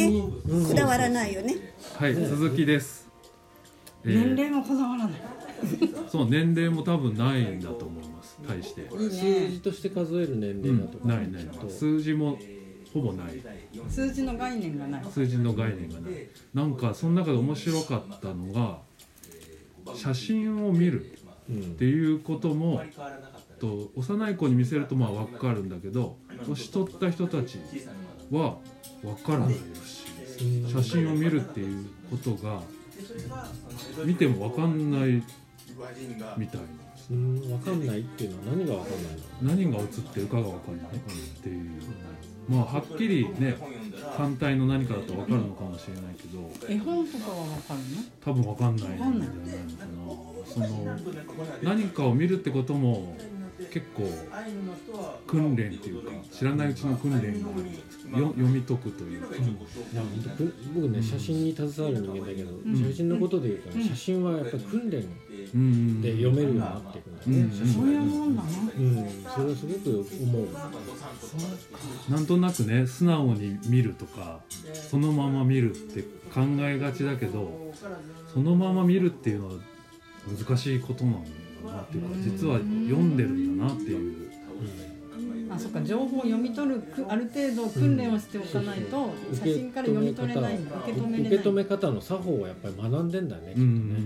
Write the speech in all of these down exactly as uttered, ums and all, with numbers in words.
ね、こだわらないよね。 はい、続きです。 えー、年齢もこだわらない。 そう、年齢も多分ないんだと思います。対して。 いいね、数字として数える年齢だと、 うん、ないない。数字もほぼない。 数字の概念がない。 数字の概念がない。なんかその中で面白かったのが、写真を見るっていうことも、うん、と幼い子に見せるとまあ分かるんだけど、年取った人たちは分からないし、写真を見るっていうことが見ても分かんないみたいな。 うん、分かんないっていうのは何が分かんないの？ 何が写ってるかが分かんないっていう。まあはっきりね、単体の何かだと分かるのかもしれないけど、 絵本とかは分かるの？ 多分分かんないんじゃないのかな。その何かを見るってことも結構訓練っていうか、知らないうちの訓練が読み解くというか、うん、いや僕ね、写真に携わる人間だけど、うん、写真のことでいうと、ね、写真はやっぱり訓練で読めるようになっていくんだよね、うん、 そういうもんなの、 うん、それはすごく思う。 なんとなくね、素直に見るとかそのまま見るって考えがちだけど、そのまま見るっていうのは難しいことなのかなっていうか、実は読んでるんだなっていう、 うん、あ、そっか、情報を読み取るある程度訓練をしておかないと、うん、写真から読み取れないんだ、受け止めれない、 受け止め方の作法をやっぱり学んでんだね、きっとね、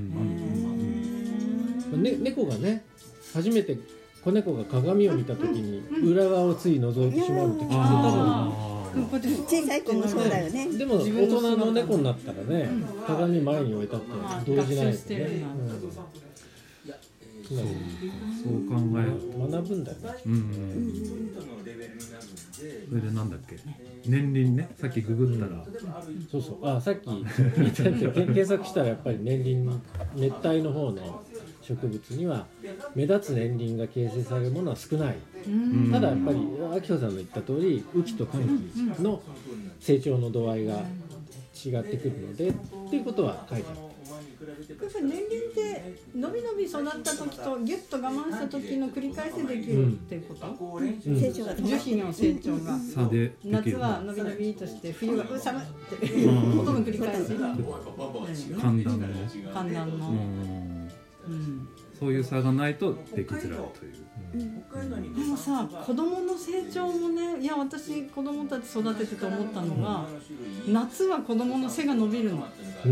うん、ね、猫がね、初めて子猫が鏡を見た時に裏側をつい覗いてしまうってきっと多分小さい子もそうだよね。 でも大人の猫になったらね、鏡前に置いたって動じないですね。 そう、そう考えると学ぶんだよね。 うんうん、それでなんだっけ、年輪ね、さっきググったら、うん、 そうそう、あ、さっき見たって検索したらやっぱり年輪、熱帯の方の植物には目立つ年輪が形成されるものは少ない。ただやっぱり秋穂さんの言った通り、雨季と寒季の成長の度合いが違ってくるのでっていうことは書いてある。 年輪って伸び伸び育った時とギュッと我慢した時の繰り返しできるっていうこと、うん、成長が樹皮の成長が差で夏は伸び伸びとして冬はう寒ってほとんど繰り返し、 寒暖の寒暖の、 うん、そういう差がないとできづらいという、 うん、でもさ、子供の成長もね、いや私子供たち育ててて思ったのが、うん、夏は子供の背が伸びるの、うん、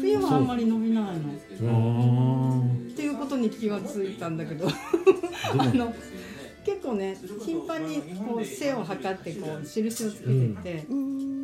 冬はあんまり伸びないのっていうことに気がついたんだけどあの結構ね、頻繁にこう背を測ってこう印をつけてて、うん、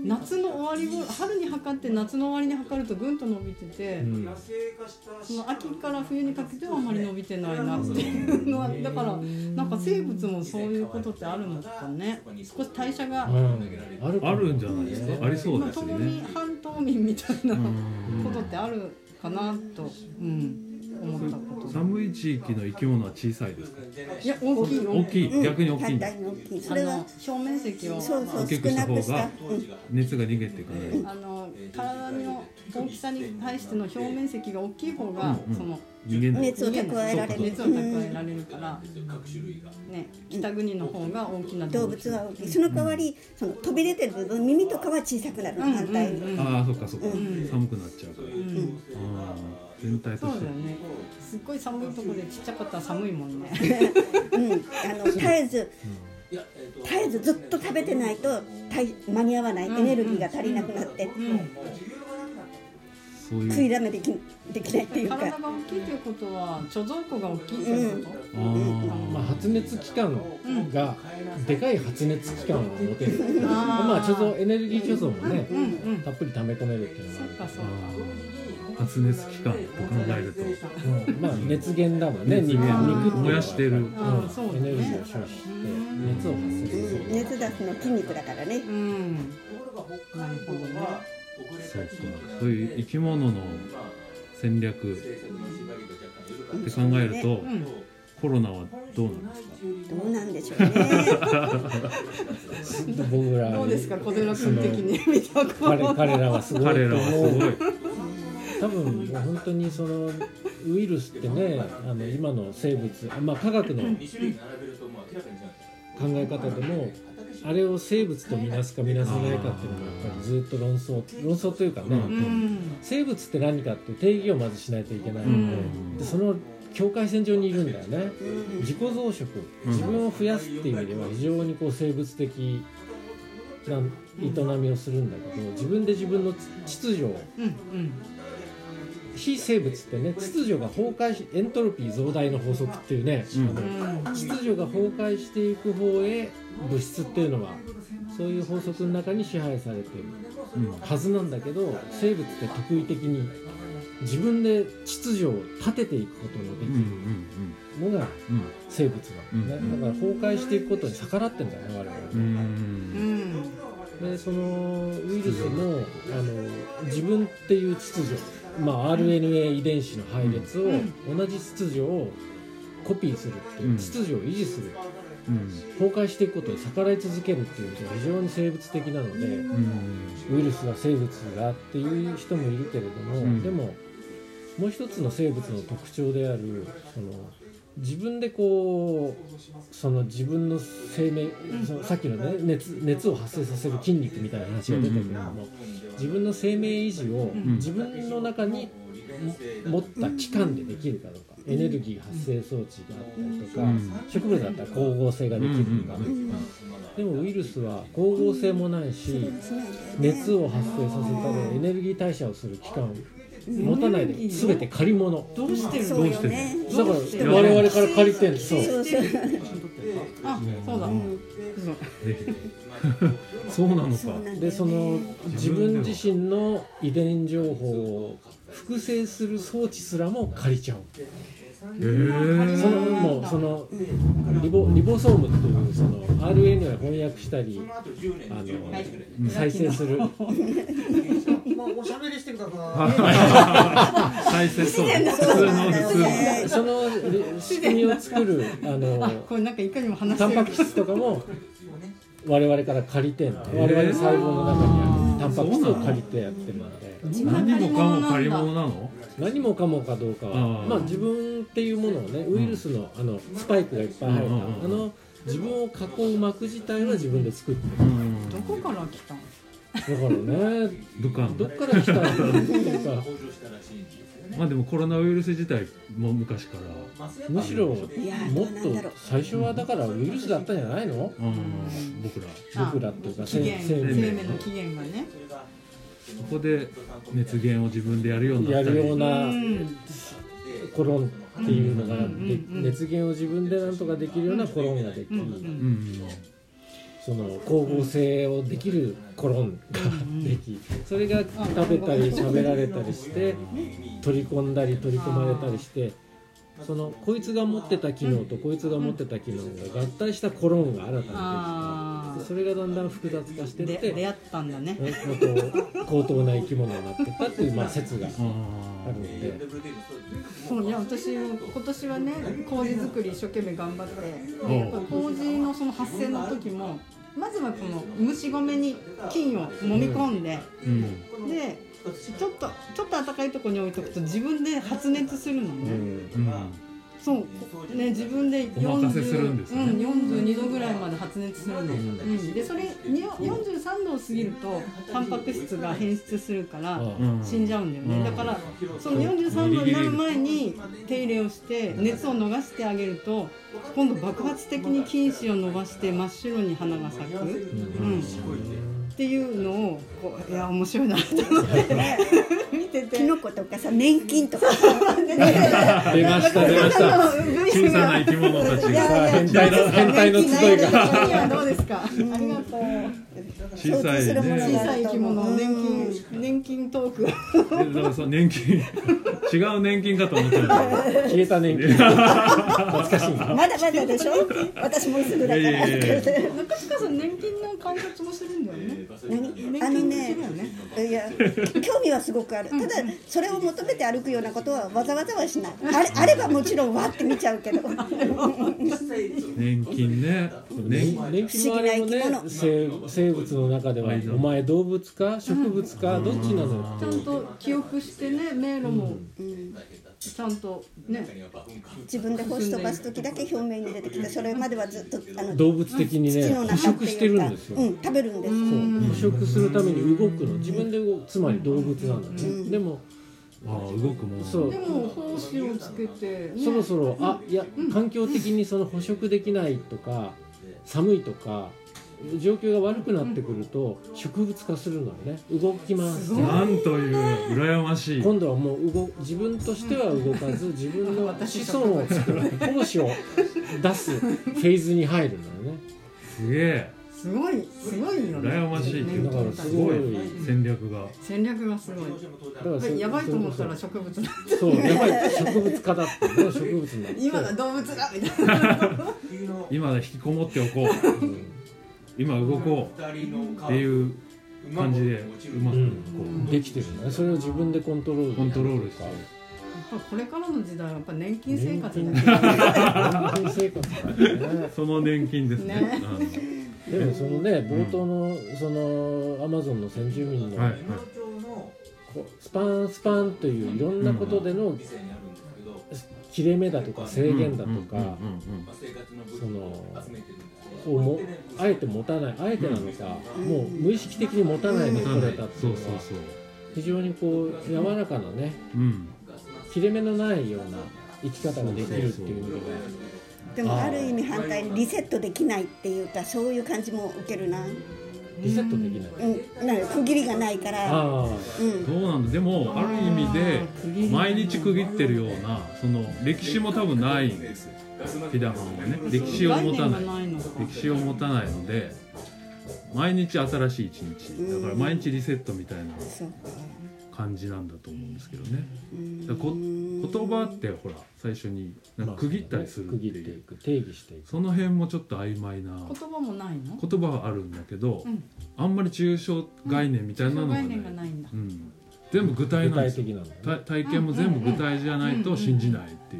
夏の終わり頃、春に測って夏の終わりに測るとぐんと伸びてて、うん、その秋から冬にかけてはあまり伸びてないなっていうのは、だからなんか生物もそういうことってあるのかね。少し代謝が、うん、 ある、あるんじゃないですか。ありそうですよね。 共に半島民みたいなことってあるかなと、うん、思ったこと。 寒い地域の生き物は小さいですか？ いや、大きい、 大きい、うん、逆に大きいんだ。 それは表面積を大きくした方が熱が逃げていかない、うん、 あの体の大きさに対しての表面積が大きい方が、うんうん、その熱を蓄えられる、 熱を蓄えられるから、ね、北国の方が大きな動物は大きい。その代わり、その飛び出てる部分、耳とかは小さくなる、うん、反対に、 うんうん、ああ、そっかそっか、うん、寒くなっちゃうから、うん、あ全体として。 そうだよね。すっごい寒いところでちっちゃかったら寒いもんね。 うん、あの絶えず、絶えずずっと食べてないと間に合わない、エネルギーが足りなくなって、うんうん、そういう食いだめでき、できないっていうか。 体が大きいということは貯蔵庫が大きいっていうこと、 うんうん、まあ、発熱期間が、うん、でかい発熱期間を持てる、うん、まあ貯蔵、エネルギー貯蔵もね、うんうん、たっぷり溜め込めるっていうのがある。 そうかそうか。 発熱期間と考えると、 うん、まあ熱源だもんね。 肉燃やしてる、うん、 エネルギーを消費して熱を発生する、 うん、熱出すの筋肉だからね、うん、 なるほどね。 そうか、そういう生き物の戦略って考えると、うん、コロナはどうなんですか？ どうなんでしょうね。 僕らどうですか、小寺君的に見た彼彼らはすごいと思う。 彼らはすごい。 多分もう本当にそのウイルスってね、あの今の生物、まあ科学の考え方でもあれを生物とみなすかみなさないかっていうのがやっぱりずっと論争論争というかね、うん、生物って何かっていう定義をまずしないといけないので、うん、でその境界線上にいるんだよね、うん、自己増殖、自分を増やすっていう意味では非常にこう生物的な営みをするんだけど、自分で自分の秩序を、うんうん、非生物ってね、秩序が崩壊しエントロピー増大の法則っていうね、うん、秩序が崩壊していく方へ物質っていうのはそういう法則の中に支配されている、うん、はずなんだけど、生物って特異的に自分で秩序を立てていくことのできるのが生物なんだね、うんうん、だから崩壊していくことに逆らってんだよね我々は、うん、でそのウイルスもあの自分っていう秩序、まあ、アールエヌエー 遺伝子の配列を、うん、同じ秩序をコピーするっていう、うん、秩序を維持する、うん、崩壊していくことに逆らい続けるっていうのが非常に生物的なので、うん、ウイルスは生物だっていう人もいるけれども、うん、でももう一つの生物の特徴であるその自分でこうその自分の生命、そのさっきの、ね、熱, 熱を発生させる筋肉みたいな話が出たけれども、自分の生命維持を自分の中に持った器官でできるかどうか、エネルギー発生装置があったりとか、植物だったら光合成ができるとか、でもウイルスは光合成もないし、熱を発生させたりエネルギー代謝をする器官を持たないで全て借り物。 どうしてるの？ そうよね。 だから我々から借りてるんです。 そうそう。 あ、そうだ。 そうなのか。 でその自分自身の遺伝情報を複製する装置すらも借りちゃう。 へー。 そのもうそのリボリボソームっていうその アールエヌエー を翻訳したりあの再生する。 おしゃべりしてください。再生そう。普通の普通その仕組みを作るあのこれなんかいかにも話タンパク質とかも我々から借りてんの。我々の細胞の中にあるタンパク質を借りてやってるので。 何もかも借り物なの？ 何もかもかどうかは、まあ自分っていうものをね、ウイルスのあのスパイクがいっぱい入った、あの自分を囲う膜自体は自分で作ってる。 どこから来たの？ だからね、どっから来たのっていうか。 まあでもコロナウイルス自体も昔から、 むしろもっと最初はだからウイルスだったんじゃないの？ うん、僕ら僕らっていうか生命の起源がね。 そこで熱源を自分でやるようになったりやるようなコロンっていうのがで熱源を自分でなんとかできるようなコロンができ、その光合成をできるコロンができ、それが食べたり喋られたりして取り込んだり取り込まれたりして、そのこいつが持ってた機能とこいつが持ってた機能が合体したコロンが新たにできた。それがだんだん複雑化していって出会ったんだね。 高等な生き物になっていったっていうまあ説があるので。 そういや私今年はね麹作り一生懸命頑張って、やっぱ麹のその発生の時もまずはこの虫米に菌を揉み込んで、うん、でちょっとちょっと暖かいところに置いとくと自分で発熱するのね。うんうんそうね、自分でよんじゅう、ねうん、よんじゅうにどぐらいまで発熱するの、うん、でそれよんじゅうさんどを過ぎるとタンパク質が変質するから死んじゃうんだよね、うん、だからそのよんじゅうさんどになる前に手入れをして熱を逃してあげると今度爆発的に菌糸を伸ばして真っ白に花が咲く、うんうんっていうのをこういや面白いなと思って見てて、 キノコとかさ年金とか出ました出ました小さな生き物たちが変態の変態の集いがどうですか？ありがとう。 小さいね小さい生き物年金年金トーク。 だからさ年金違う年金かと思ってた。 消えた年金。懐かしい。 まだまだでしょ？私もすぐだから。 中塚さん年金の観察もするんだよね。 あのね、いや興味はすごくある。ただそれを求めて歩くようなことはわざわざはしない。あれあればもちろんわって見ちゃうけど。 年金ね。 年金もあれもね生生物の中ではお前動物か植物かどっちなのよ。 ちゃんと記憶してね迷路も。 ちゃんとね自分で星飛ばす時だけ表面に出てきて、それまではずっとあの動物的にね捕食してるんですよ、 うん、食べるんですよ。 そう捕食するために動くの自分で動く、つまり動物なんだね、うん、でもあ動くもんそうでも胞子をつけて、ね、 そろそろあいや、うん、環境的にその捕食できないとか寒いとか状況が悪くなってくると植物化するのよね。動きます。 なんという羨ましい。 今度はもう動自分としては動かず自分の子孫を作る胞子を出すフェーズに入るのよね。 すげえ。 すごいすごいよね。 羨ましいっていうか、ね、すごい戦略が戦略がすごい。だからやばいと思ったら植物だ。 そうやばい植物化だってね植物になって。 今だ動物だみたいな。 今だ引きこもっておこう。うん今動こうっていう感じでうまくこうできてるんだね。それを自分でコントロールコントロールして。 やっぱこれからの時代はやっぱ年金生活だね。 年金生活だね。 その年金ですね。ねうん、でもそのね冒頭のそのアマゾンの先住民の、はいはい、スパンスパンといういろんなことでの切れ目だとか制限だとかそのをもあえて持たないあえてなのか、うん、もう無意識的に持たないでこれたっていうのは非常にこう柔らかなね、うん、切れ目のないような生き方ができるっていう意味ではでもある意味反対にリセットできないっていうかそういう感じも受けるな。 リセットできない、 うん、なんか区切りがないからあ、 うん、そうなんだ。でもある意味で毎日区切ってるようなその歴史も多分ないんですよ。ピダマンはね歴史を持たない歴史を持たないので毎日新しい一日だから毎日リセットみたいな感じなんだと思うんですけどね。だこ言葉ってほら最初になんか区切ったりするっていう定義していくその辺もちょっと曖昧な言葉もないの言葉はあるんだけど、うん、あんまり抽象概念みたいなのがない、 概念がないんだ、うん、 全部具体なんですよ。 具体的なのね、 体験も全部具体じゃないと信じないっていう、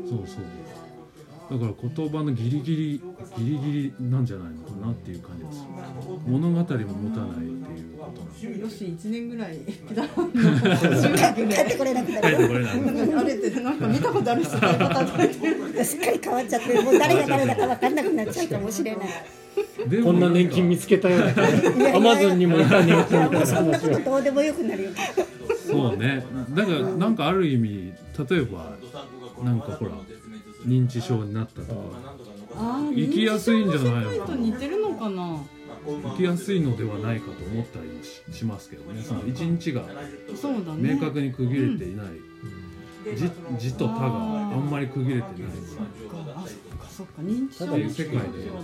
そうそうだから言葉のギリギリギリギリなんじゃないのかなっていう感じです。物語も持たないっていうことなんでよしいちねんぐらいピダマンの帰ってこれなくなる帰ってこれなくなるあれってなんか見たことある人が叩いてるすっかり変わっちゃってもう誰が誰だか分かんなくなっちゃうかもしれない。 こんな年金見つけたよアマゾンにもいた年金みたいなそんなことどうでもよくなるよ。 そうね。だからなんかある意味例えばなんかほら認知症になったとか生きやすいんじゃないのかな。 似てるのかな。 生きやすいのではないかと思ったりも し, しますけどね。その一日が明確に区切れていない、うん、字, 字と他があんまり区切れてない。 あそっか認知症の人たちはどう思ってるんだろ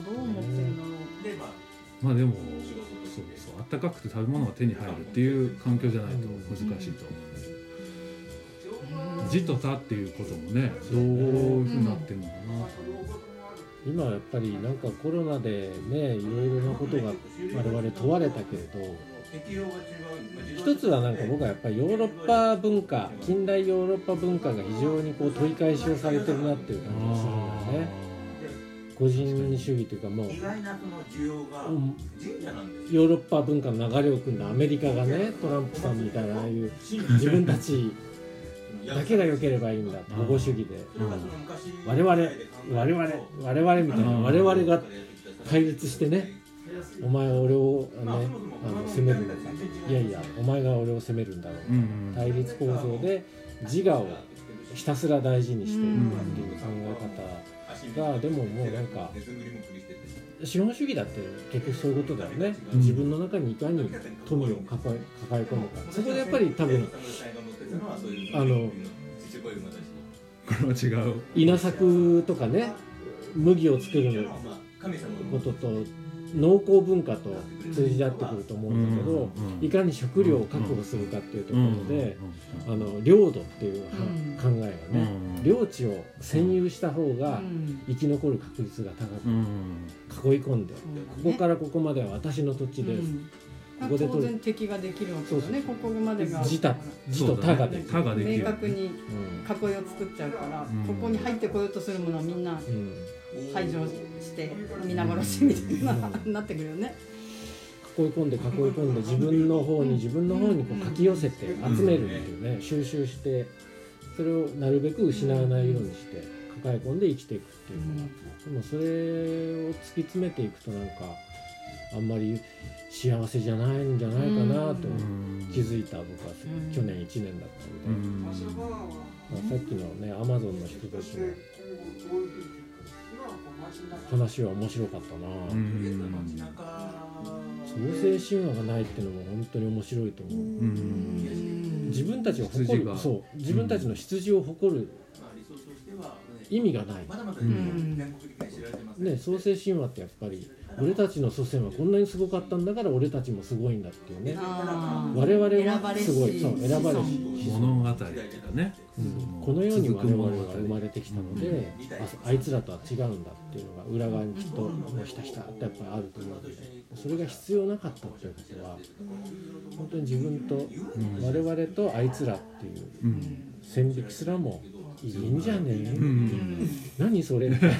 う。 まあでもそうそうあったかくて食べ物が手に入るっていう環境じゃないと難しいと思う。字と他っていうこともねどういうふうになってるのかなと。 今やっぱりなんかコロナでねいろいろなことが我々問われたけれど一つはなんか僕はやっぱりヨーロッパ文化近代ヨーロッパ文化が非常にこう問い返しをされてるなっていう感じがするんだよね。個人主義というかもう、うん、ヨーロッパ文化の流れを組んだアメリカがねトランプさんみたいなああいう自分たちだけが良ければいいんだ保護主義で、うん、我々我々我々みたいな我々が対立してねお前は俺を、ね、あの責めるのかいやいやお前が俺を責めるんだろう、うん、対立構造で自我をひたすら大事にしているっていう考え方がでももうなんか資本主義だって結局そういうことだよね、うん、自分の中にいかに富を抱え、抱え込むかそこでやっぱり多分あのこれは違う稲作とかね麦を作ることと農耕文化と通じ合ってくると思うんだけど、うんうん、いかに食料を確保するかっていうところで、うんうん、あの領土っていう、うん、考えがね、うん、領地を占有した方が生き残る確率が高く、うん、囲い込んで、うん、ここからここまでは私の土地です、うんここで当然敵ができるわけだね。ここまでが自他自と他ができる、 ね、 明確に囲いを作っちゃうから、うん、ここに入ってこようとするものはみんな排除して皆殺しみたいな、うん、なってくるよね。 囲い込んで囲い込んで自分の方に自分の方にこうかき寄せて集めるっていうね、うん、収集してそれをなるべく失わないようにして抱え込んで生きていくっていうのが、でもそれを突き詰めていくとなんかあんまり幸せじゃないんじゃないかなと気づいた僕は去年いちねんだったので、まあ、さっきのねアマゾンの人たちの話は面白かったな。創世神話がないっていうのも本当に面白いと思う。自分たちを誇る、そう自分たちの出自を誇る意味がない、うんね、創世神話ってやっぱり俺たちの祖先はこんなにすごかったんだから俺たちもすごいんだっていうね、我々はすごい、そう選ばれし物語だね、 うん、この世に我々は生まれてきたので、うん、あ, あいつらとは違うんだっていうのが裏側にきっともうひたひたってやっぱりあると思うので、それが必要なかったっていうことは本当に自分と、うん、我々とあいつらっていう線引きすらもいいんじゃねえ、うん、何それみたいな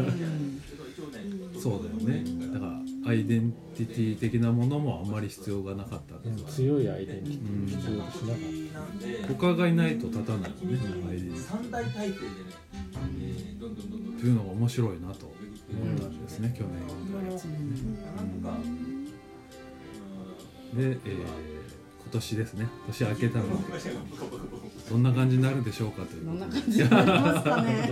そうだよね。だからアイデンティティ的なものもあんまり必要がなかったんです、 うん、強いアイデンティティ必要としなかった、 他がいないと立たないよね、うん、アイデンティティというのが面白いなと思ったんですね、うん、去年読んだやつでね、うん、で、えー、今年ですね、年明けたのでどんな感じになるでしょうかということで、どんな感じになりますかね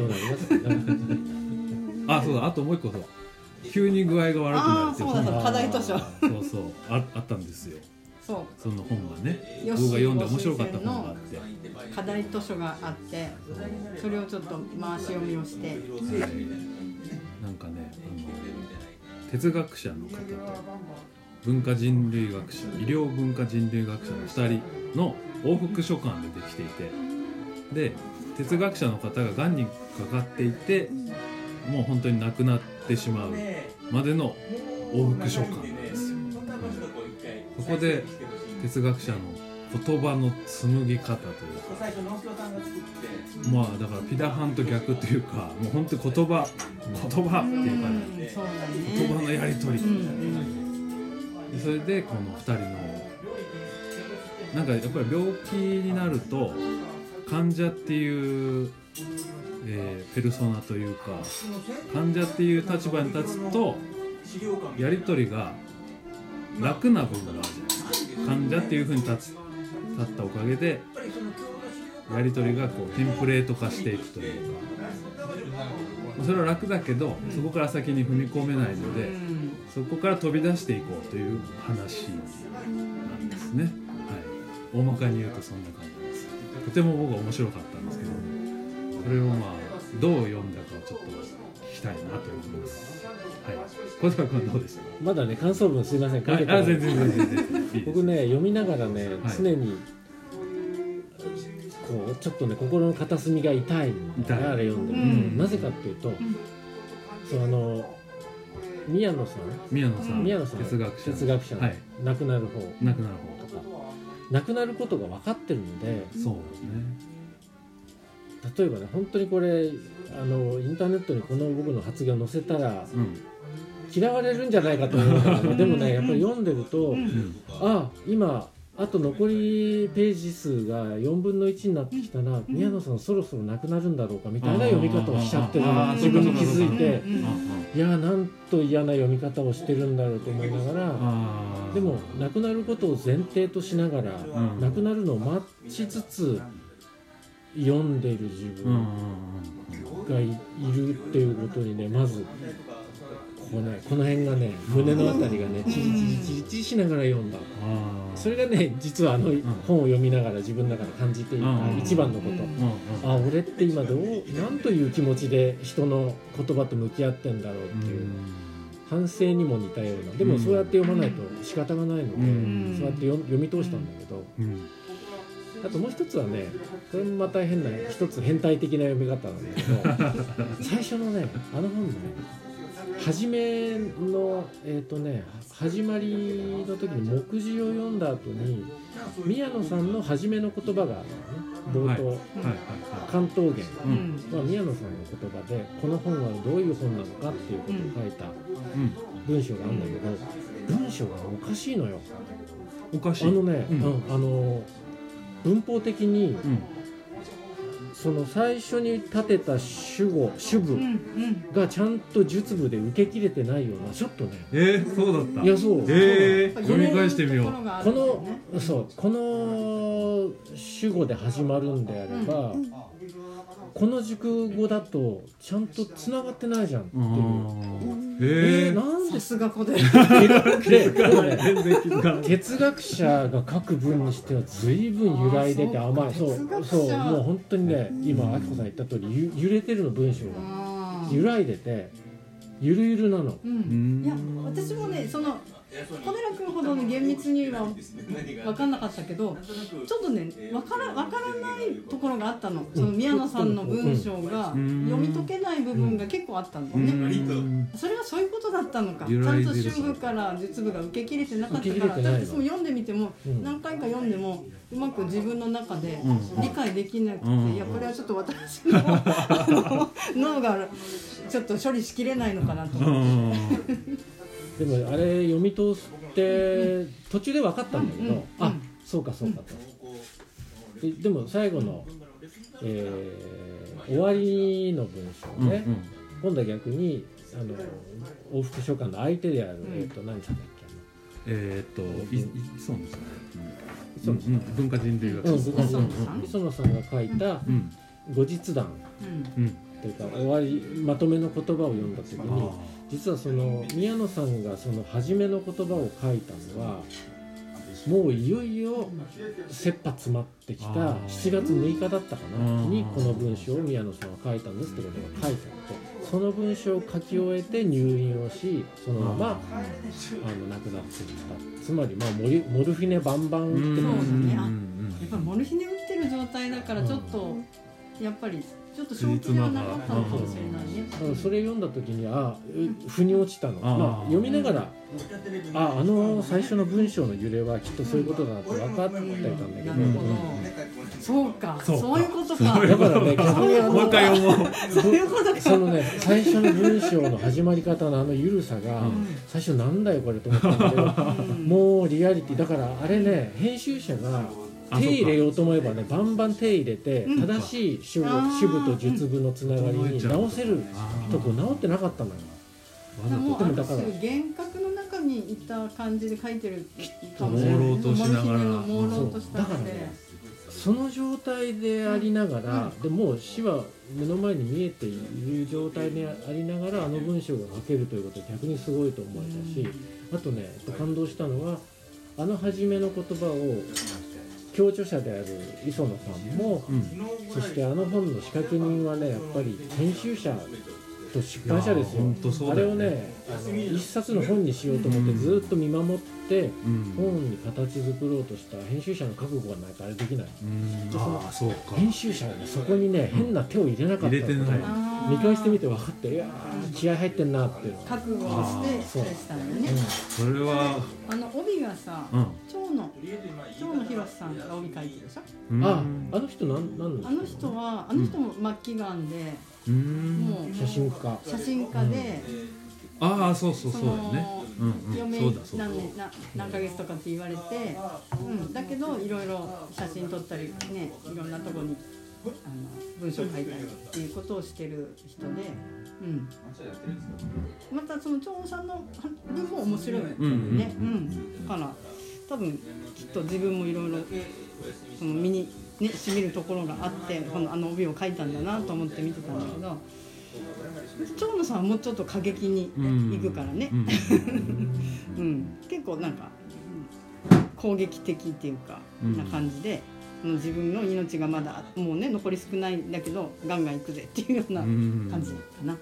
あ、そうだ、あともう一個そう急に具合が悪くなるっていうそうだ課題図書そうそう あ, あったんですよ。 そうその本がね、僕が読んで面白かった本があって課題図書があって、それをちょっと回し読みをして、はい、 なんかね、あの哲学者の方と文化人類学者、医療文化人類学者のふたりの往復書簡でできていて、で哲学者の方ががんにかかっていてもう本当に亡くなってしまうまでの往復書簡なんですよ、うん、そこで哲学者の言葉の紡ぎ方というか、まあだからピダハンと逆というか、もう本当に言葉言葉っていうか、ね、言葉のやり取り、うん、でそれでこのふたりのなんかやっぱり病気になると患者っていうえー、ペルソナというか患者っていう立場に立つとやり取りが楽な部分があるじゃないですか。患者っていう風に立つ立ったおかげでやり取りがこうテンプレート化していくというか、それは楽だけどそこから先に踏み込めないのでそこから飛び出していこうという話なんですね、はい、大まかに言うとそんな感じです。とても僕は面白かったんですけど、それをまあどう読んだかをちょっと聞きたいなと思います。はい。小坂君はどうですか。 まだね感想文すいません。書けてない。あ、全然全然全然。僕ね読みながらね、はい、常にこうちょっとね心の片隅が痛いんだなあれ読んでる、うん、なぜかっていうと、うん、そうあの宮野さん宮野さん宮野さん哲学者哲学者の、はい、亡くなる方亡くなる方とか亡くなることが分かってるので、 そうですね。 例えばね本当にこれあのインターネットにこの僕の発言を載せたら、うん、嫌われるんじゃないかと思うんだけどでもねやっぱり読んでると、うん、あ今あと残りページ数がよんぶんのいちになってきたな、うん、宮野さんそろそろ亡くなるんだろうかみたいな読み方をしちゃってるの自分に気づいて、いやなんと嫌な読み方をしてるんだろうと思いながら、でも亡くなることを前提としながら、うん、亡くなるのを待ちつつ読んでる自分が い, いるっていうことにね、まずここ、ね、この辺がね胸のあたりがねチリチリチリチリしながら読んだ。それがね実はあの本を読みながら自分の中で感じていた一番のこと。あ俺って今どう何という気持ちで人の言葉と向き合ってんだろうっていう反省にも似たような。でもそうやって読まないと仕方がないのでそうやって読み通したんだけど、あともう一つはね、これもまた変な一つ変態的な読み方なんだけど最初のねあの本のね初めのえっとね始まりの時に目次を読んだ後に宮野さんの初めの言葉があるのね、冒頭、はいはいはい、関東言、うんまあ、宮野さんの言葉でこの本はどういう本なのかっていうことを書いた文章があるんだけど、文章がおかしいのよ。 おかしいあのね、うんうん、あの文法的に、うん、 その最初に立てた主語主語がちゃんと術部で受けきれてないようなちょっとねえー、そうだったいやそうえー、読み返してみようこのそうこの主語で始まるんであれば、うん、この熟語だとちゃんとつながってないじゃんっていうえー、 なんでさすがこで哲学者が書く文にしては随分揺らいでて甘いそうそうもう本当にね今あきこさん言った通り揺れてるの文章が揺らいでてゆるゆるなの、 うん、いや私もねその小寺君ほどの厳密には分かんなかったけどちょっとね分から分からないところがあったのその宮野さんの文章が読み解けない部分が結構あったんだよねそれはそういうことだったのかちゃんと主部から術部が受け切れてなかったから私も読んでみても何回か読んでもうまく自分の中で理解できなくていやこれはちょっと私の脳がちょっと処理しきれないのかなと思ってでもあれ読み通して途中で分かったんだけど、うんうん、あそうかそうかと、うん、で, でも最後の、えー、終わりの文章ね、うんうん、今度は逆にあの往復書簡の相手である、うん、えー、と何さんだっけえー、っとい磯野さん、うんうん、文化人類学磯野さんが書いた後日談、うんうん、というか終わりまとめの言葉を読んだ時に実はその宮野さんがその初めの言葉を書いたのはもういよいよ切羽詰まってきたしちがつむいかだったかなにこの文章を宮野さんは書いたんですってことが書いてあってその文章を書き終えて入院をしそのままあの亡くなっていったつまりまあモル、モルフィネバンバン打ってますよね。やっぱモルフィネ打ってる状態だからちょっとやっぱりちょっと正気ではなかったのかもしれないね。 それ読んだ時にあ腑に落ちたの、まあ、読みながらああの最初の文章の揺れはきっとそういうことだなって分かってたんだけど、うん、 そうかそういうことかだからね逆にあのもう一回読もうそういうことかそのね最初の文章の始まり方のあの緩さが、うん、最初なんだよこれと思ったんだけど、うん、もうリアリティだからあれね編集者が手入れようと思えばねバンバン手入れて、うん、正しい主語主部と述部のつながりに直せるとこ直ってなかったのよ。 もうでもだから幻覚の中にいた感じで書いてるかもしれない。朦朧としながら朦朧としただからねその状態でありながら、うん、でもう死は目の前に見えている状態でありながらあの文章が書けるということは逆にすごいと思えたし、あとね感動したのはあの初めの言葉を共著者である磯野さんも、うん、そしてあの本の仕掛け人はねやっぱり編集者と出版社ですよ。あれをねあの一冊の本にしようと思ってずっと見守って、うん、本に形作ろうとした編集者の覚悟がないとあれできない。うん、 ああそうか。 編集者はねそこにね変な手を入れなかったので、ね、見返してみて分かっていや気合入ってんなっていうの覚悟をしてしたんだよね。 それはあの帯がさ、うん、蝶野蝶野博さんが帯書いてるでしょ。 ああの人なんなんあの人はあの人も末期がんで、 うん、もう写真家写真家で、 うん、ああそうそうそうだね。 余命何年な何ヶ月とかって言われて、うん、だけどいろいろ写真撮ったりねいろんなところにあの文章書いたりっていうことをしてる人で、うん、またその長さんの文も面白いよね、うんうんうん、だから多分きっと自分もいろいろその身にねしみるところがあってこのあの帯を書いたんだなと思って見てたんだけど長野さんはもうちょっと過激に行くからね、うんうん、結構なんか攻撃的っていうか、うん、な感じで自分の命がまだもうね残り少ないんだけどガンガン行くぜっていうような感じかな。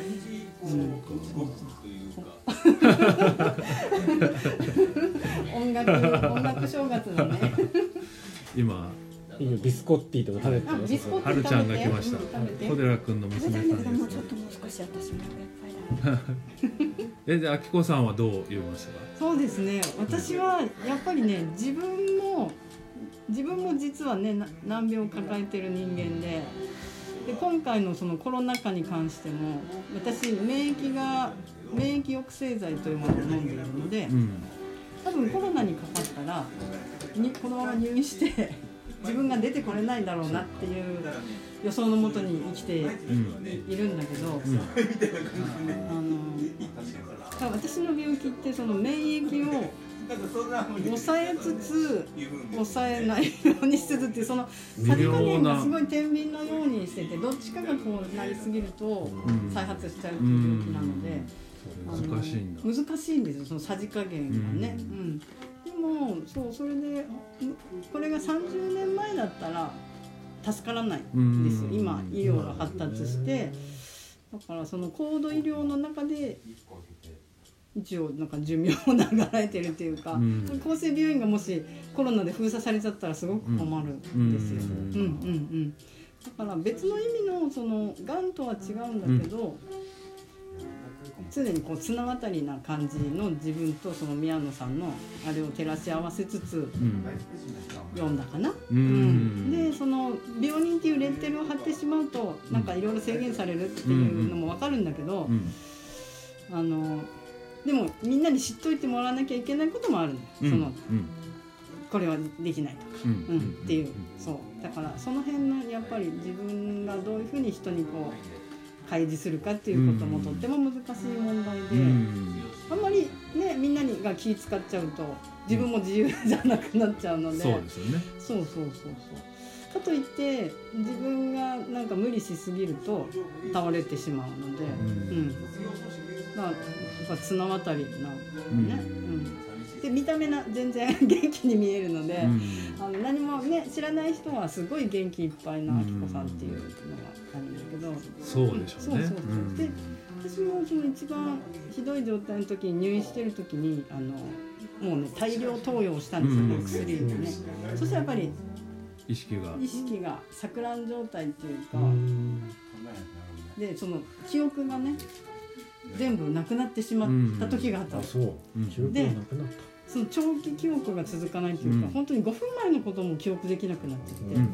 音楽音楽正月だね。 今ビスコッティとか食べてる。 ビスコッティはるちゃんが来ました。小寺君の娘さんです。 もうちょっともう少し私もいっぱいだ。 えであきこさんはどう読みましたか。 そうですね。私はやっぱりね自分も自分も実はね難病を抱えてる人間で、で今回のそのコロナ禍に関しても私免疫が免疫抑制剤というものを飲んでいるので、うん、多分コロナにかかったらにこのまま入院して自分が出てこれないだろうなっていう予想のもとに生きているんだけど、うん、あの私の病気ってその免疫を抑えつつ抑えないようにしつつっていうそのさじ加減がすごい天秤のようにしてて、どっちかがこうなりすぎると再発しちゃうっていう病気なので、 難しいんだ。 難しいんですよ、そのさじ加減がね、うんうん、でもそうそれでこれがさんじゅうねんまえだったら助からないんですよ。今医療が発達して、だからその高度医療の中で一応なんか寿命を長らえてるっていうか、うん、厚生病院がもしコロナで封鎖されちゃったらすごく困るんですよ、うんうんうんうん、だから別の意味のそのがんとは違うんだけど、うん、常にこう綱渡りな感じの自分とその宮野さんのあれを照らし合わせつつ、うん、読んだかな、うんうん、でその病人っていうレッテルを貼ってしまうとなんかいろいろ制限されるっていうのも分かるんだけど、うんうん、あのでもみんなに知っといてもらわなきゃいけないこともあるの、うん、その、うん、これはできないとか、うんうん、っていう、そうだからその辺のやっぱり自分がどういうふうに人にこう開示するかっていうこともとっても難しい問題で、うん、あんまりねみんなにが気使っちゃうと自分も自由じゃなくなっちゃうので、 そうですよね。 そうそうそうそうかといって自分がなんか無理しすぎると倒れてしまうので、うんうん、だからやっぱ綱渡りなのね、うんうん、で見た目な全然元気に見えるので、うん、あの何もね知らない人はすごい元気いっぱいなあきこさんっていうのがあるんだけど、 そうでしょうね。 そうそうそう、うん、で私もその一番ひどい状態の時に入院してる時にあのもうね大量投与をしたんですよね、うん、薬をね、うん、そしたらやっぱり意識が意識が錯乱状態っていうか、うん、でその記憶がね全部なくなってしまった時があったの、うん、 そう、うん、記憶がなくなった。 その長期記憶が続かないというか、うん、本当にごふんまえのことも記憶できなくなってきて、うん、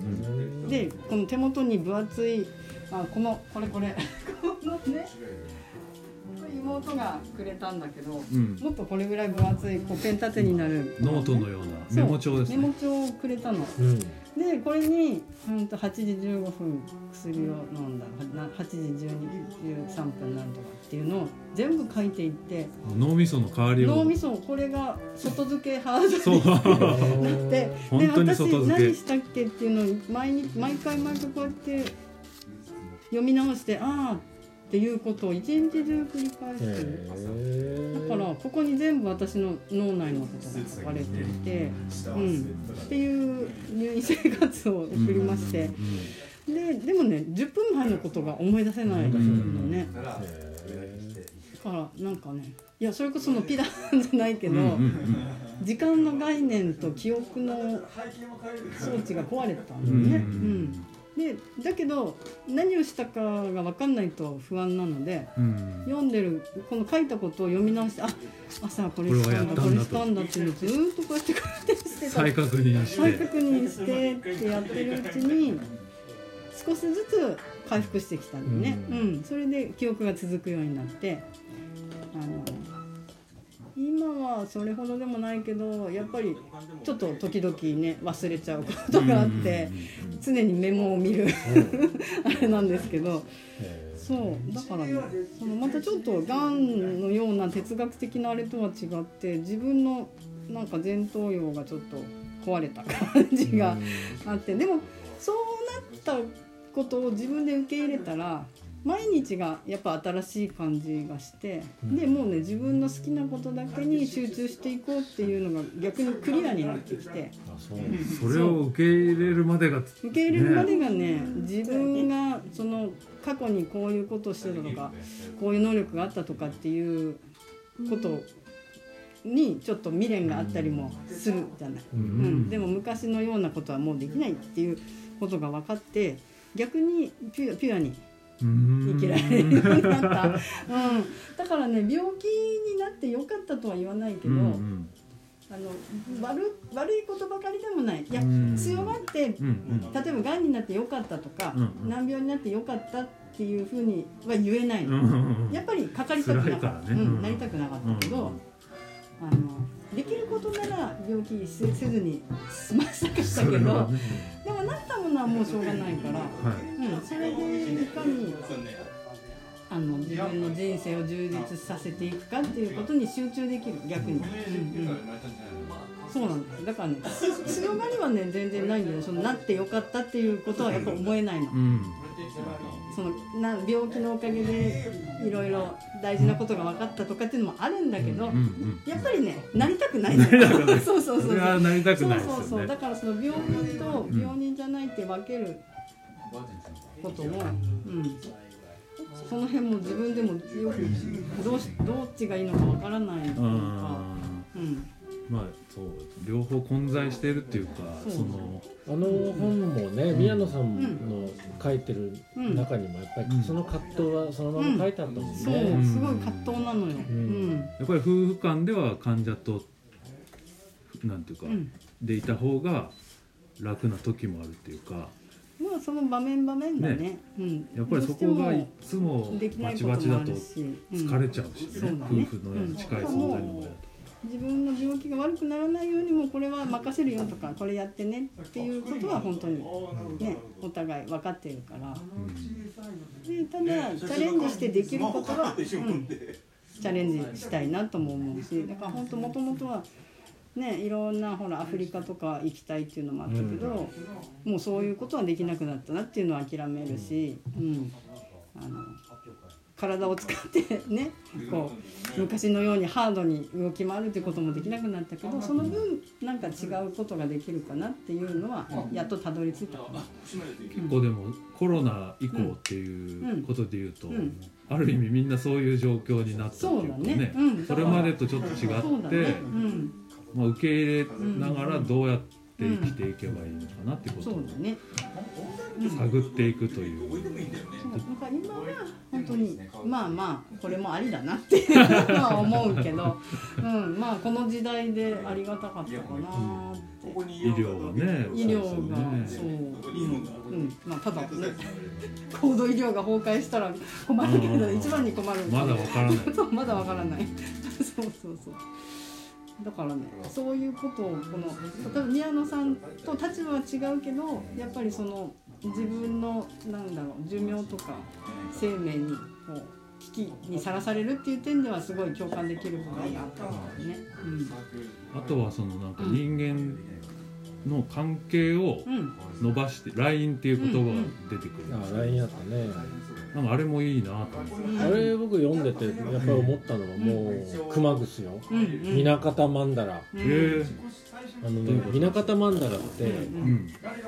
でこの手元に分厚いあこのこれこれこのね妹がくれたんだけど、うん、もっとこれぐらい分厚いこうペン立てになる、 ノートのようなメモ帳ですね。 メモ帳をくれたの、うん、でこれにはちじじゅうごふん薬を飲んだはちじじゅうに、じゅうさんぷんなんとかっていうのを全部書いていって、 脳みその代わりを脳みそこれが外付けハードになってで私何したっけっていうのを毎日毎回毎回こうやって読み直してああっていうことを一日中繰り返してる。だからここに全部私の脳内のことが書かれていて、うん、っていう入院生活を送りまして、で, でもねじゅっぷんまえのことが思い出せないのね。だからなんかねいやそれこそのピラーじゃないけど、時間の概念と記憶の装置が壊れたんだよね。うんでだけど何をしたかが分かんないと不安なので、うん、読んでるこの書いたことを読み直してあ朝これしたんだこれしたんだっていうのをずーっとこうやって書いてしてた再確認して再確認してってやってるうちに少しずつ回復してきたんでね、うんうん、それで記憶が続くようになってあの今はそれほどでもないけどやっぱりちょっと時々ね忘れちゃうことがあって常にメモを見るあれなんですけどそうだからねそのまたちょっとがんのような哲学的なあれとは違って自分のなんか前頭葉がちょっと壊れた感じがあってでもそうなったことを自分で受け入れたら毎日がやっぱ新しい感じがして、うん、でもうね自分の好きなことだけに集中していこうっていうのが逆にクリアになってきてあそう、うん、それを受け入れるまでが、ね、 受け入れるまでがね自分がその過去にこういうことをしてたとかこういう能力があったとかっていうことにちょっと未練があったりもするじゃない、うんうん、でも昔のようなことはもうできないっていうことが分かって逆にピュア、ピュアに生きられるようになった、うん、だからね病気になってよかったとは言わないけど、うんうん、あの 悪, 悪いことばかりでもないいや強がって、うんうん、例えばがんになってよかったとか、うんうん、難病になってよかったっていうふうには言えないの、うんうん、やっぱりかかりたくなかった、ねうん、なりたくなかったけど、うんうん、あのできることなら病気せずに済ませたかったけど、でもなったものはもうしょうがないから、はいうん、それでいかにあの自分の人生を充実させていくかっていうことに集中できる、逆に、うんうん、そうなんです。だからね、強がりはね全然ないんだよ。そのなってよかったっていうことはやっぱ思えないの、うん、そのな病気のおかげでいろいろ大事なことが分かったとかっていうのもあるんだけど、うんうん、やっぱりねなりたくないんだよそうそうそうそう、 なりたくないですよね。 そうそうそう、だからその病人と病人じゃないって分けることも、うん、その辺も自分でもよくどうしどっちがいいのか分からないというか、うん、 まあそう両方混在しているっていうか、そのあの本もね、うん、宮野さんの書いてる中にもやっぱりその葛藤はそのまま書いてあったもんね、うん、 そうすごい葛藤なのよ、うん、 やっぱり夫婦間では患者となんていうか、うん、でいた方が楽な時もあるっていうか、 まあその場面場面だね、ね、うん、 やっぱりそこがいつもバチバチだと疲れちゃうし、ね、うん、夫婦の近い存在の場合だと自分の病気が悪くならないようにもこれは任せるよとかこれやってねっていうことは本当にねお互い分かっているから、うん、でただチャレンジしてできることは、うん、チャレンジしたいなとも思うし、だから本当もともとはね、いろんなほらアフリカとか行きたいっていうのもあったけど、うん、もうそういうことはできなくなったなっていうのは諦めるし、うん、あの体を使ってねこう昔のようにハードに動き回るっていうこともできなくなったけど、その分なんか違うことができるかなっていうのはやっとたどり着いたかな。 結構でもコロナ以降っていうことでいうと、うんうん、ある意味みんなそういう状況になったっていうか ね, そ, ね、うん、それまでとちょっと違って、ねうんまあ、受け入れながらどうやって生きていけばいいのかなってことを探っていくという、そうなんか今は本当にまあまあこれもありだなっていうのは思うけど、うん、まあこの時代でありがたかったかなって、 うん、医療がね医療がそう、うんうんまあ、ただね高度医療が崩壊したら困るけど一番に困るまだわからないそうまだわからないそうそうそうだからね、そういうことをこの例えば宮野さんと立場は違うけどやっぱりその自分のなんだろう寿命とか生命にこう危機にさらされるっていう点ではすごい共感できる部分があったからね、うん、 あとはそのなんか人間の関係を伸ばして、うん、ライン っていう言葉が出てくる、うんうん、 あ ライン あったね。 なんかあれもいいなと思って、 あれ僕読んでてやっぱり思ったのはもう熊楠よ、南方曼荼羅、うん、あのね南方曼荼羅って、うん、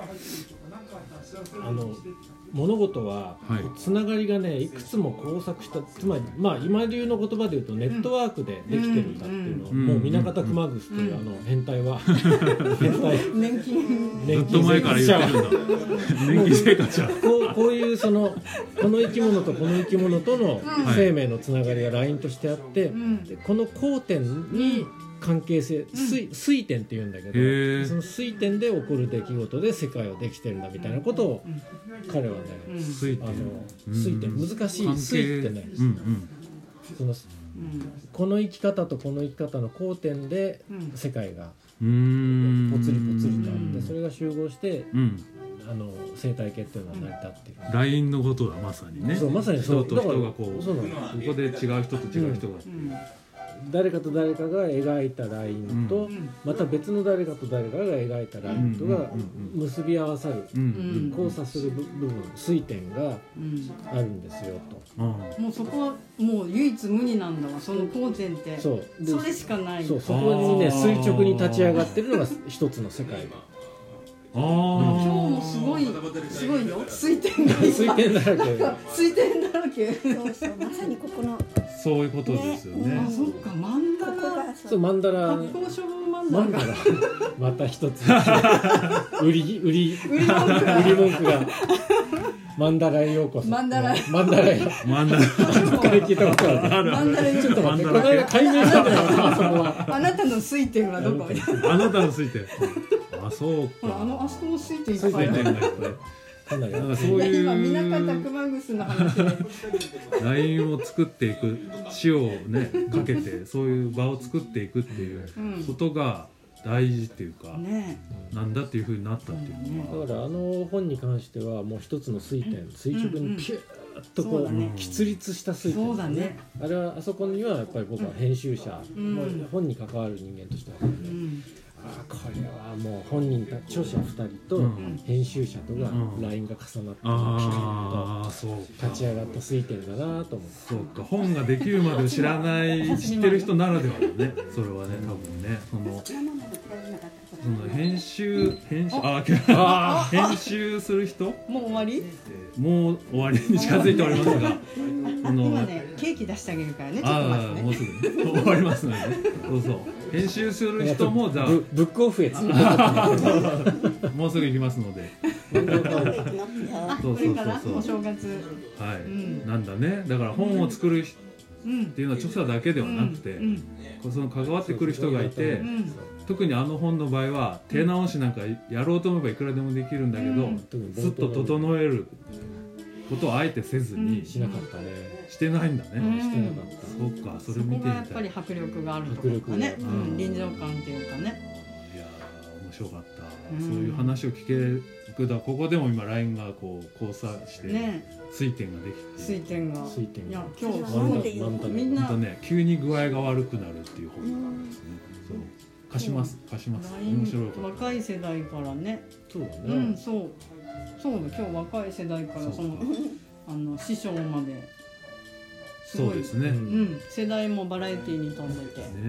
あの物事はつながりがねいくつも交錯した、つまりまあ今流の言葉で言うとネットワークでできてるんだっていうのを、うん、もう南方熊楠っていうあの変態は変態年金年金生活者年金生活者こう、こういうそのこの生き物とこの生き物との生命のつながりがラインとしてあって、うん、でこの交点に関係性、水、水点っていうんだけど、その水点で起こる出来事で世界はできてるんだみたいなことを彼はね、うん、水点、あの水点難しい水ってね、うんうん、その、うん、この生き方とこの生き方の交点で世界がぽつりぽつりとあって、それが集合して、うん、あの生態系っていうのは成り立っている。 ラインのことはまさにね。 そうまさにそう。 人と人がこう、そうここで違う人と違う人が。うんうん誰かと誰かが描いたラインと、うん、また別の誰かと誰かが描いたラインとが結び合わさる、うん、交差する部分水点があるんですよと、 うん、もうそこはもう唯一無二なんだわ、その交点って。そうそれしかない。 そうそこにね垂直に立ち上がってるのが一つの世界が。 あ今日もすごいすごいよ、水点が水点だらけ水点だらけそうそうまさにここのそういうことですよね。 ねあそっか曼荼羅そう曼荼羅発酵処方曼荼羅また一つ売り売り売り文句が売り文句が曼荼羅へようこそ。 曼荼羅曼荼羅へ曼荼羅どっかで聞いたことある。 曼荼羅へちょっと待ってこの間解明したんだよあそこは。 あなたの水点はどこ？ あなたの水点。あそうか。 あのあそこの水点いっぱいある。 かなりなんかそういう今南方熊楠の話でラインを作っていく、塩をねかけてそういう場を作っていくっていうことが大事っていうか、 ね、 なんだっていうふうになったっていうだからあの本に関してはもう一つの水点、垂直にピューッとこう、うんうん、喫立した水点ですね。ね、あれはあそこにはやっぱり僕は編集者、うん、本に関わる人間としては、ね、うん、あこれはもう本人た著者ふたりと編集者とがラインが重なって、うん、あそう立ち上がった水点だなと思って。 そうか、本ができるまで知らない知ってる人ならではだね、それはね、多分ね、そのその編集編集ああ編集する人もう終わり、 えー、もう終わりに近づいておりますがあの今ねケーキ出してあげるからね、ちょっと待ってね、 もうすぐ、ね、終わりますので、ね、そうそう編集する人もじゃあブ, ブックオフへつもうすぐ行きますのでそうそうそうそうお正月はい、うん、なんだね、だから本を作る人っていうのは著者だけではなくて、うんうん、その関わってくる人がいて、うん、特にあの本の場合は手直しなんかやろうと思えばいくらでもできるんだけど、うん、ずっと整えることをあえてせずに、うん、 しなかったね、 してないんだね、 うん、してなかった。 そっか、それ見てみたい。そこがやっぱり迫力があるというかね、うん、臨場感っていうかね。 いやー面白かった、うん、そういう話を聞けるだ、ここでも今ラインがこう交差して水点ができて、 水点が水点がいや今日そうみんなとね、急に具合が悪くなるっていう本なんですね。そう貸します貸します。面白い。 若い世代からね。 そうだね。 うん、そうそう今日若い世代からそのあの師匠まで。 そうですね、 うん、世代もバラエティーに飛んでて、ね、 うん、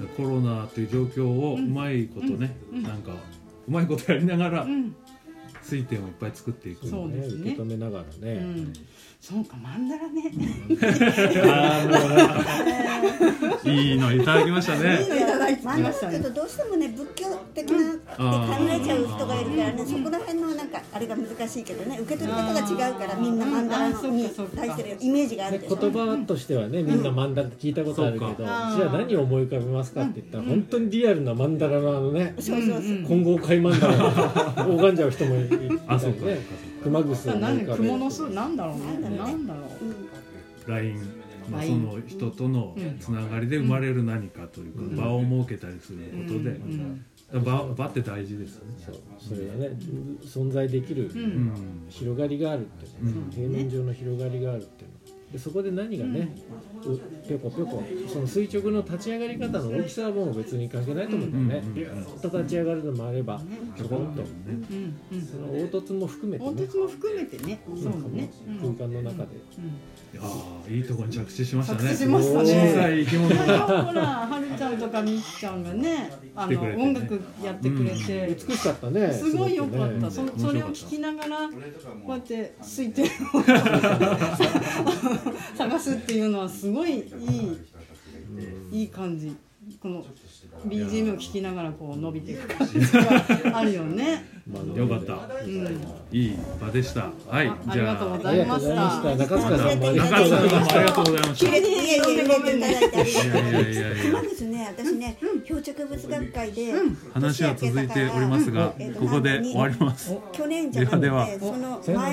コロナという状況をうまいことね、うんうん、なんかうまいことやりながら、うん、水点をいっぱい作っていく、 そうですね、 受け止めながらね、うん、 そうか、マンダラねあもういいのいただきましたね。 いいのいただきましたね。 ちょっとどうしてもね仏教的なって考えちゃう人がいるからね、そこら辺のなんかあれが難しいけどね、受け取り方が違うからみんなマンダラに対するイメージがあるでしょ。 言葉としてはね、みんなマンダラって聞いたことあるけど、うん、じゃあ何を思い浮かべますかって言ったら、うん、本当にリアルなマンダラのあのね、 そうそうそう、 混合界マンダラ拝んじゃう人もいるね。 あ、そうか。 熊楠の何蜘蛛の巣なんだろうね、なんだろう。ライン、まあ、その人とのつながりで生まれる何かというか、うん、場を設けたりすることで、うんうん、場, 場って大事ですよね。 そうそれがね、存在できる、うん、広がりがあるっていう、うん、平面上の広がりがあるっていうので、そこで何がね、うん、ぴょこぴょこその垂直の立ち上がり方の大きさはもう別に関係ないと思うんだよね。ビューッと立ち上がるのもあればちょこんと、ね、うんうん、その凹凸も含めてね、 凹凸も含めてね、そうね、 空間の中で、 いやいいところに着地しましたね。 着地しましたね。 小さい生き物がほら、はるちゃんとかみっちゃんがね、あの音楽やってくれて、 うん、美しかったね。 すごい良かった。そ, それを聞きながらこうやって水点を探すっていうのはすごいいい、いい感じ。この ビージーエム を聴きながらこう伸びていく感じがあるよね。 よかった、うん、いい場でした。はい、 ありがとうございました。 中塚さんもありがとうございました。ありがとうございました。 いやいやいやいやいやいやいや。 熊楠ね、私ね、漂着物学会で話は続いておりますが、ここで終わります。 去年じゃなくてその前